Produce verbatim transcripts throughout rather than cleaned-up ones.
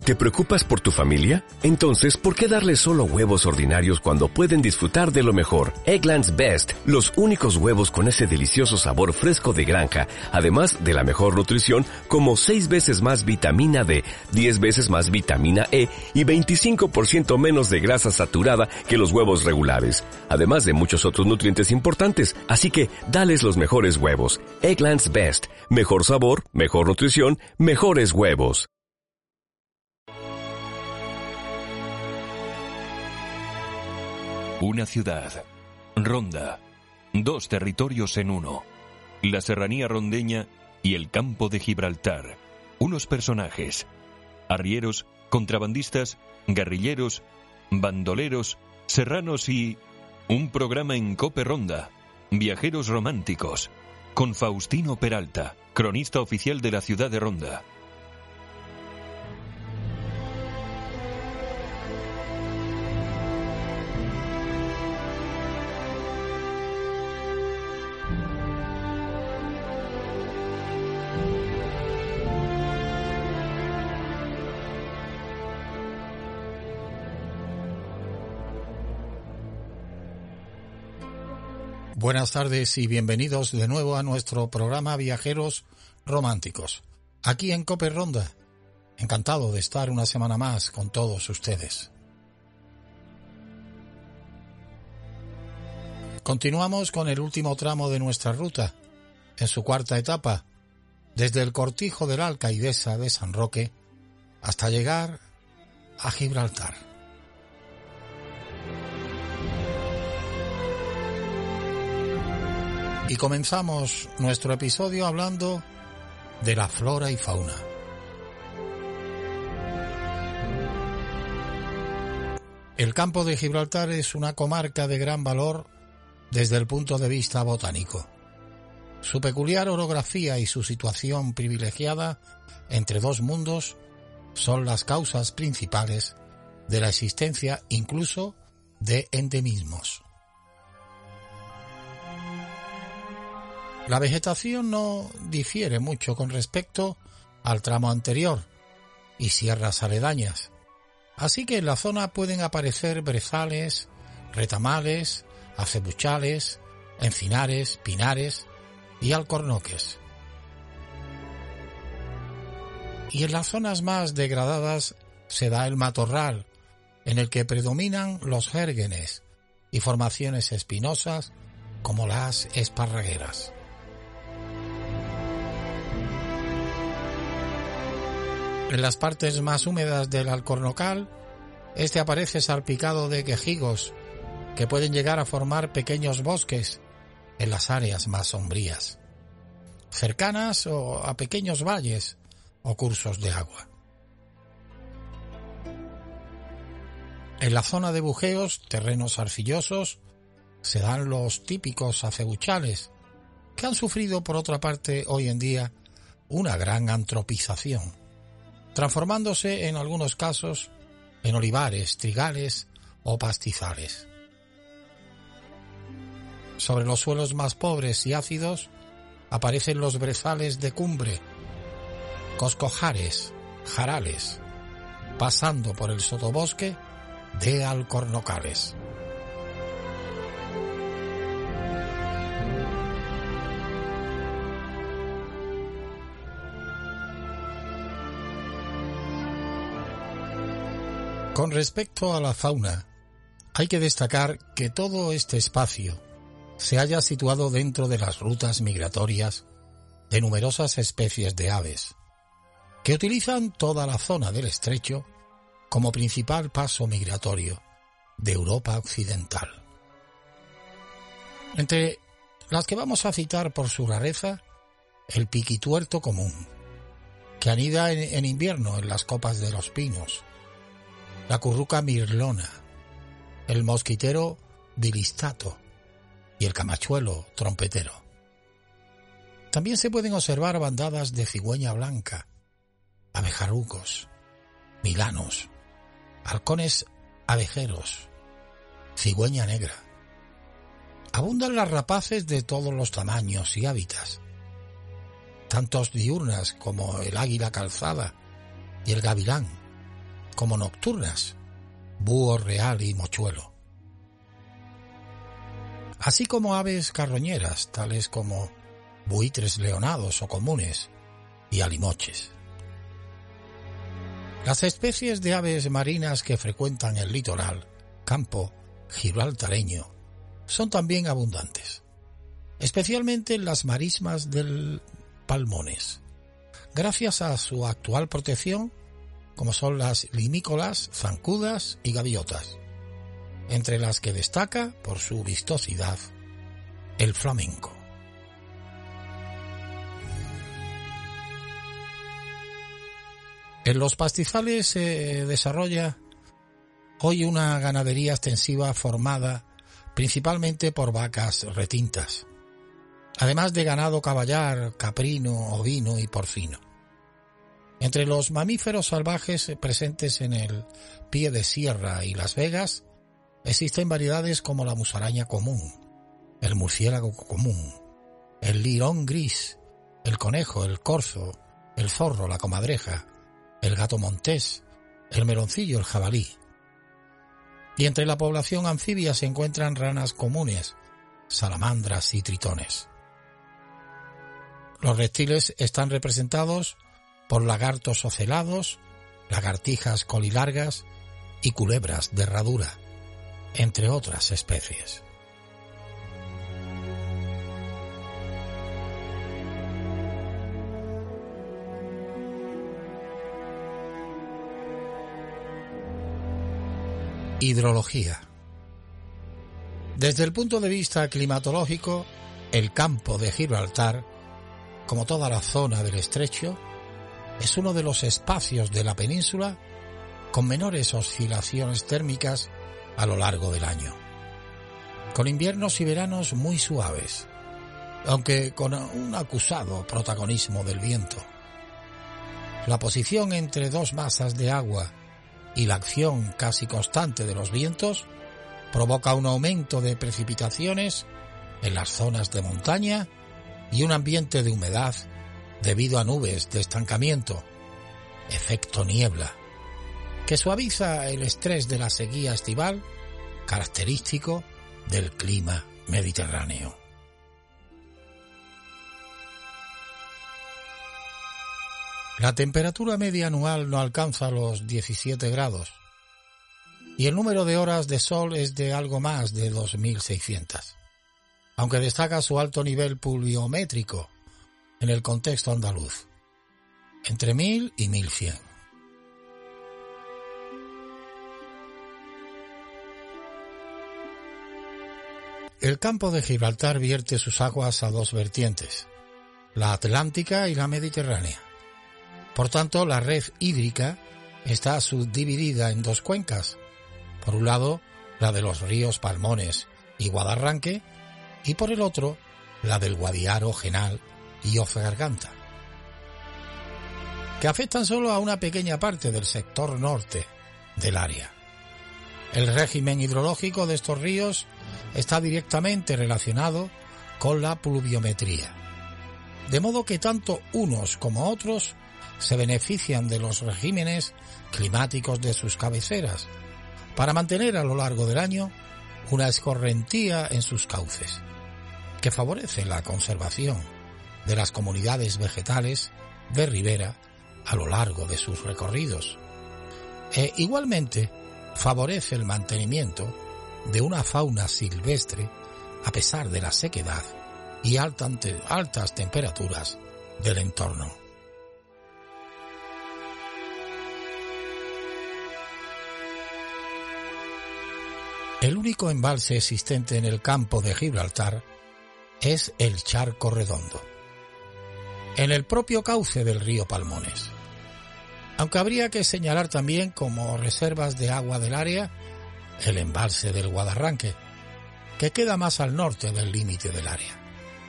¿Te preocupas por tu familia? Entonces, ¿por qué darles solo huevos ordinarios cuando pueden disfrutar de lo mejor? Eggland's Best, los únicos huevos con ese delicioso sabor fresco de granja, además de la mejor nutrición, como seis veces más vitamina D, diez veces más vitamina E y veinticinco por ciento menos de grasa saturada que los huevos regulares, además de muchos otros nutrientes importantes. Así que, dales los mejores huevos. Eggland's Best, mejor sabor, mejor nutrición, mejores huevos. Una ciudad, Ronda, dos territorios en uno, la serranía rondeña y el campo de Gibraltar, unos personajes, arrieros, contrabandistas, guerrilleros, bandoleros, serranos y un programa en Cope Ronda, Viajeros Románticos, con Faustino Peralta, cronista oficial de la ciudad de Ronda. Buenas tardes y bienvenidos de nuevo a nuestro programa Viajeros Románticos, aquí en Cope Ronda. Encantado de estar una semana más con todos ustedes. Continuamos con el último tramo de nuestra ruta, en su cuarta etapa, desde el Cortijo del Alcaidesa de San Roque hasta llegar a Gibraltar. Y comenzamos nuestro episodio hablando de la flora y fauna. El campo de Gibraltar es una comarca de gran valor desde el punto de vista botánico. Su peculiar orografía y su situación privilegiada entre dos mundos son las causas principales de la existencia incluso de endemismos. La vegetación no difiere mucho con respecto al tramo anterior y sierras aledañas, así que en la zona pueden aparecer brezales, retamales, acebuchales, encinares, pinares y alcornoques. Y en las zonas más degradadas se da el matorral, en el que predominan los jérgenes y formaciones espinosas como las esparragueras. En las partes más húmedas del alcornocal, este aparece salpicado de quejigos que pueden llegar a formar pequeños bosques en las áreas más sombrías, cercanas o a pequeños valles o cursos de agua. En la zona de Bujeos, terrenos arcillosos, se dan los típicos acebuchales, que han sufrido por otra parte hoy en día una gran antropización, transformándose en algunos casos en olivares, trigales o pastizales. Sobre los suelos más pobres y ácidos aparecen los brezales de cumbre, coscojares, jarales, pasando por el sotobosque de alcornocales. Con respecto a la fauna, hay que destacar que todo este espacio se halla situado dentro de las rutas migratorias de numerosas especies de aves, que utilizan toda la zona del estrecho como principal paso migratorio de Europa occidental. Entre las que vamos a citar por su rareza, el piquituerto común, que anida en, en invierno en las copas de los pinos, la curruca mirlona, el mosquitero bilistato y el camachuelo trompetero. También se pueden observar bandadas de cigüeña blanca, abejarucos, milanos, halcones abejeros, cigüeña negra. Abundan las rapaces de todos los tamaños y hábitats, tantos diurnas como el águila calzada y el gavilán, como nocturnas, búho real y mochuelo, así como aves carroñeras, tales como buitres leonados o comunes y alimoches. Las especies de aves marinas que frecuentan el litoral, campo gibraltareño, son también abundantes, especialmente en las marismas del Palmones, gracias a su actual protección, como son las limícolas, zancudas y gaviotas, entre las que destaca, por su vistosidad, el flamenco. En los pastizales se desarrolla hoy una ganadería extensiva formada principalmente por vacas retintas, además de ganado caballar, caprino, ovino y porcino. Entre los mamíferos salvajes presentes en el pie de sierra y Las Vegas, existen variedades como la musaraña común, el murciélago común, el lirón gris, el conejo, el corzo, el zorro, la comadreja, el gato montés, el meloncillo, el jabalí. Y entre la población anfibia se encuentran ranas comunes, salamandras y tritones. Los reptiles están representados por lagartos ocelados, lagartijas colilargas y culebras de herradura, entre otras especies. Hidrología. Desde el punto de vista climatológico, el campo de Gibraltar, como toda la zona del estrecho, es uno de los espacios de la península con menores oscilaciones térmicas a lo largo del año, con inviernos y veranos muy suaves, aunque con un acusado protagonismo del viento. La posición entre dos masas de agua y la acción casi constante de los vientos provoca un aumento de precipitaciones en las zonas de montaña y un ambiente de humedad debido a nubes de estancamiento, efecto niebla, que suaviza el estrés de la sequía estival característico del clima mediterráneo. La temperatura media anual no alcanza los diecisiete grados y el número de horas de sol es de algo más de dos mil seiscientas, aunque destaca su alto nivel pluviométrico en el contexto andaluz, entre mil y mil cien. El campo de Gibraltar vierte sus aguas a dos vertientes, la atlántica y la mediterránea. Por tanto, la red hídrica está subdividida en dos cuencas. Por un lado, la de los ríos Palmones y Guadarranque, y por el otro, la del Guadiaro, Genal y Hoz Garganta, que afectan solo a una pequeña parte del sector norte del área. El régimen hidrológico de estos ríos está directamente relacionado con la pluviometría, de modo que tanto unos como otros se benefician de los regímenes climáticos de sus cabeceras para mantener a lo largo del año una escorrentía en sus cauces, que favorece la conservación de las comunidades vegetales de ribera a lo largo de sus recorridos, e igualmente favorece el mantenimiento de una fauna silvestre a pesar de la sequedad y altas temperaturas del entorno. El único embalse existente en el campo de Gibraltar es el Charco Redondo, en el propio cauce del río Palmones, aunque habría que señalar también como reservas de agua del área el embalse del Guadarranque, que queda más al norte del límite del área.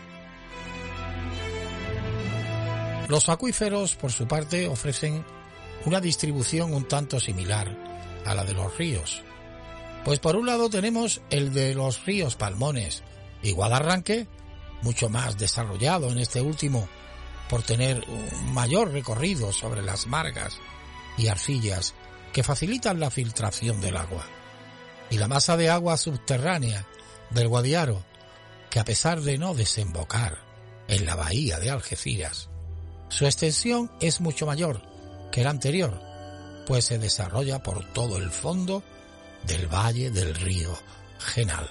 Los acuíferos, por su parte, ofrecen una distribución un tanto similar a la de los ríos. Pues por un lado tenemos el de los ríos Palmones y Guadarranque, mucho más desarrollado en este último por tener un mayor recorrido sobre las margas y arcillas que facilitan la filtración del agua, y la masa de agua subterránea del Guadiaro, que a pesar de no desembocar en la bahía de Algeciras, su extensión es mucho mayor que la anterior, pues se desarrolla por todo el fondo del valle del río Genal.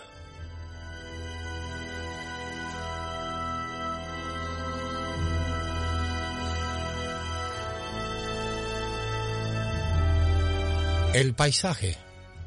El paisaje.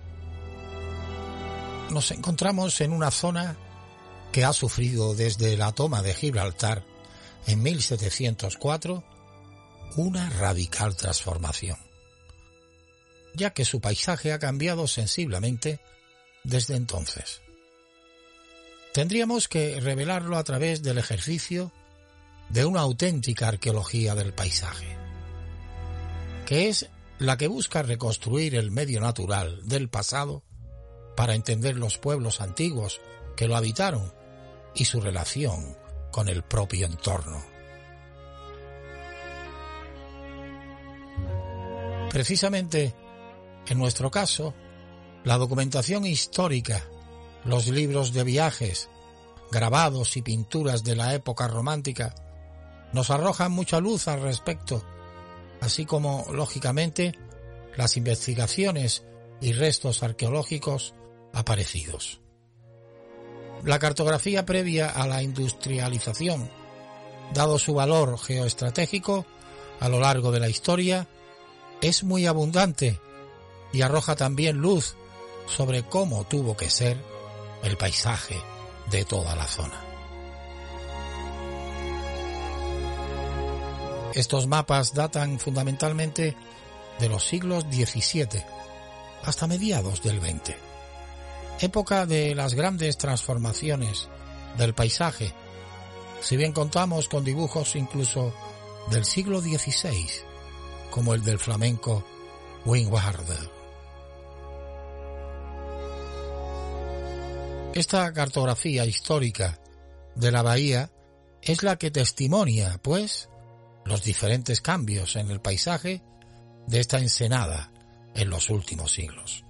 Nos encontramos en una zona que ha sufrido desde la toma de Gibraltar en mil setecientos cuatro una radical transformación, ya que su paisaje ha cambiado sensiblemente desde entonces. Tendríamos que revelarlo a través del ejercicio de una auténtica arqueología del paisaje, que es la que busca reconstruir el medio natural del pasado para entender los pueblos antiguos que lo habitaron y su relación con el propio entorno. Precisamente, en nuestro caso, la documentación histórica, los libros de viajes, grabados y pinturas de la época romántica nos arrojan mucha luz al respecto, así como, lógicamente, las investigaciones y restos arqueológicos aparecidos. La cartografía previa a la industrialización, dado su valor geoestratégico a lo largo de la historia, es muy abundante y arroja también luz sobre cómo tuvo que ser el paisaje de toda la zona. Estos mapas datan fundamentalmente de los siglos diecisiete hasta mediados del veinte, época de las grandes transformaciones del paisaje, si bien contamos con dibujos incluso del siglo dieciséis, como el del flamenco Wingwarder. Esta cartografía histórica de la bahía es la que testimonia, pues, los diferentes cambios en el paisaje de esta ensenada en los últimos siglos.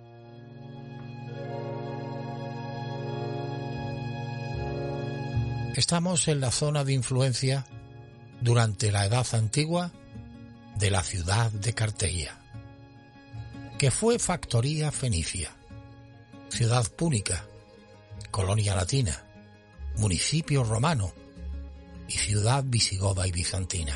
Estamos en la zona de influencia durante la Edad Antigua de la ciudad de Carteia, que fue factoría fenicia, ciudad púnica, colonia latina, municipio romano y ciudad visigoda y bizantina.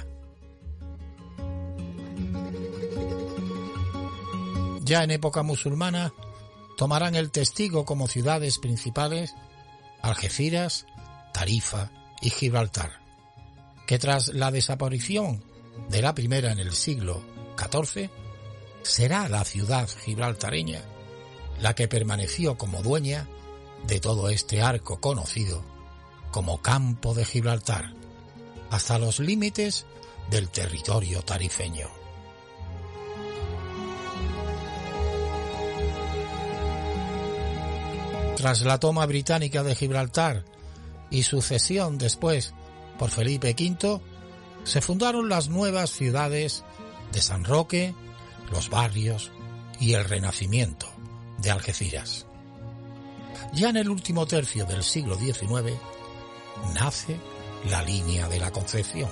Ya en época musulmana tomarán el testigo como ciudades principales Algeciras, Tarifa y Gibraltar, que tras la desaparición de la primera en el siglo catorce, será la ciudad gibraltareña la que permaneció como dueña de todo este arco conocido como Campo de Gibraltar, hasta los límites del territorio tarifeño. Tras la toma británica de Gibraltar y su cesión después por Felipe quinto, se fundaron las nuevas ciudades de San Roque, Los Barrios y el Renacimiento de Algeciras. Ya en el último tercio del siglo diecinueve nace la línea de la Concepción.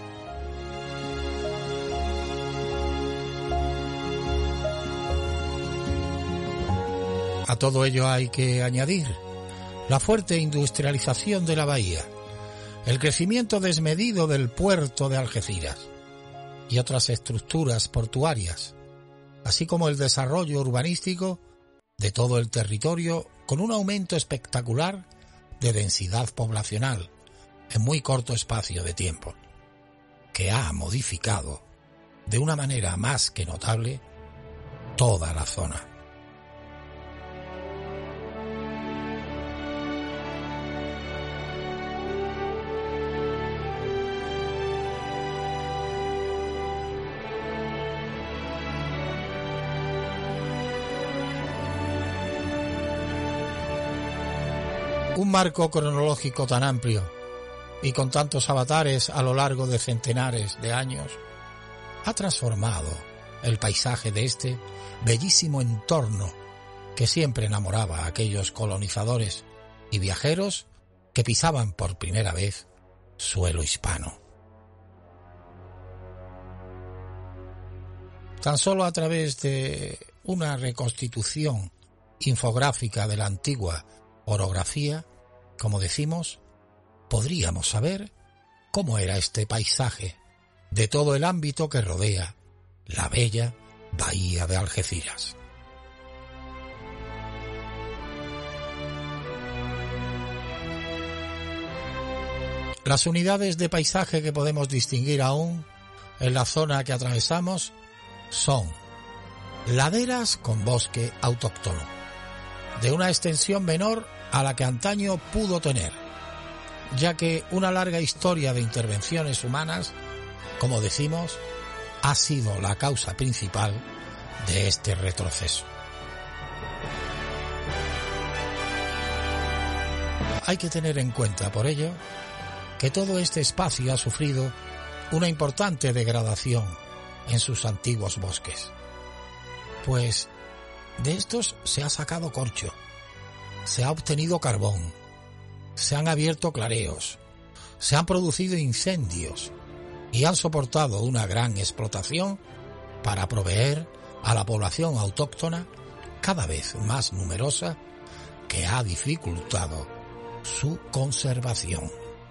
A todo ello hay que añadir la fuerte industrialización de la bahía, el crecimiento desmedido del puerto de Algeciras y otras estructuras portuarias, así como el desarrollo urbanístico de todo el territorio con un aumento espectacular de densidad poblacional en muy corto espacio de tiempo, que ha modificado de una manera más que notable toda la zona. Un marco cronológico tan amplio y con tantos avatares a lo largo de centenares de años ha transformado el paisaje de este bellísimo entorno que siempre enamoraba a aquellos colonizadores y viajeros que pisaban por primera vez suelo hispano. Tan solo a través de una reconstitución infográfica de la antigua orografía, como decimos, podríamos saber cómo era este paisaje de todo el ámbito que rodea la bella bahía de Algeciras. Las unidades de paisaje que podemos distinguir aún en la zona que atravesamos son laderas con bosque autóctono, de una extensión menor a la que antaño pudo tener, ya que una larga historia de intervenciones humanas, como decimos, ha sido la causa principal de este retroceso. Hay que tener en cuenta, por ello, que todo este espacio ha sufrido una importante degradación en sus antiguos bosques, pues de estos se ha sacado corcho, se ha obtenido carbón, se han abierto clareos, se han producido incendios y han soportado una gran explotación para proveer a la población autóctona cada vez más numerosa que ha dificultado su conservación.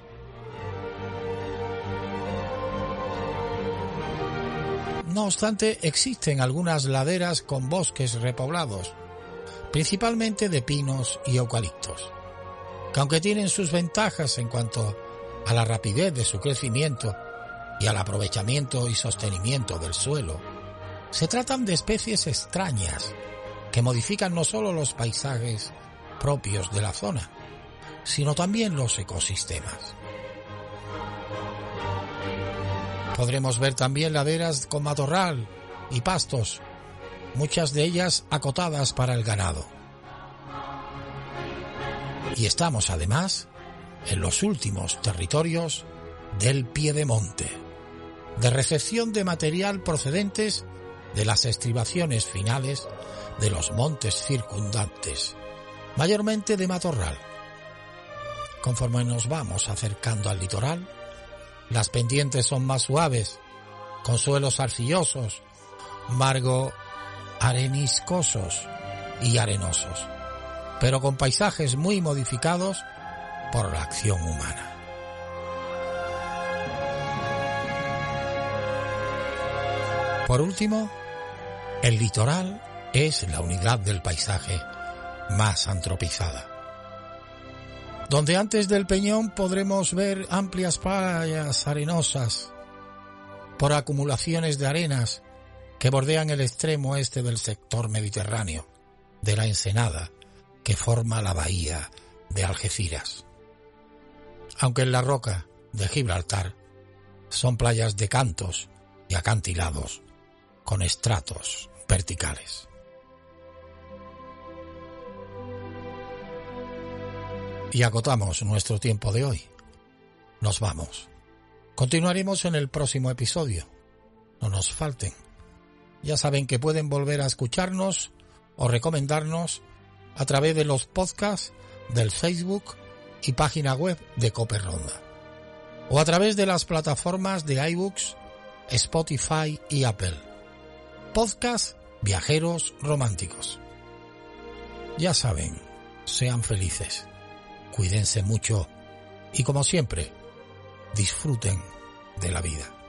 No obstante, existen algunas laderas con bosques repoblados, principalmente de pinos y eucaliptos, que aunque tienen sus ventajas en cuanto a la rapidez de su crecimiento y al aprovechamiento y sostenimiento del suelo, se tratan de especies extrañas que modifican no solo los paisajes propios de la zona, sino también los ecosistemas. Podremos ver también laderas con matorral y pastos, muchas de ellas acotadas para el ganado. Y estamos además en los últimos territorios del piedemonte, de recepción de material procedentes de las estribaciones finales de los montes circundantes, mayormente de matorral. Conforme nos vamos acercando al litoral, las pendientes son más suaves, con suelos arcillosos, margo areniscosos y arenosos, pero con paisajes muy modificados por la acción humana. Por último, el litoral es la unidad del paisaje más antropizada, donde antes del peñón podremos ver amplias playas arenosas por acumulaciones de arenas que bordean el extremo este del sector mediterráneo, de la ensenada que forma la bahía de Algeciras. Aunque en la roca de Gibraltar son playas de cantos y acantilados con estratos verticales. Y agotamos nuestro tiempo de hoy. Nos vamos. Continuaremos en el próximo episodio. No nos falten. Ya saben que pueden volver a escucharnos o recomendarnos a través de los podcasts del Facebook y página web de Cope Ronda, o a través de las plataformas de iBooks, Spotify y Apple. Podcast Viajeros Románticos. Ya saben, sean felices. Cuídense mucho y, como siempre, disfruten de la vida.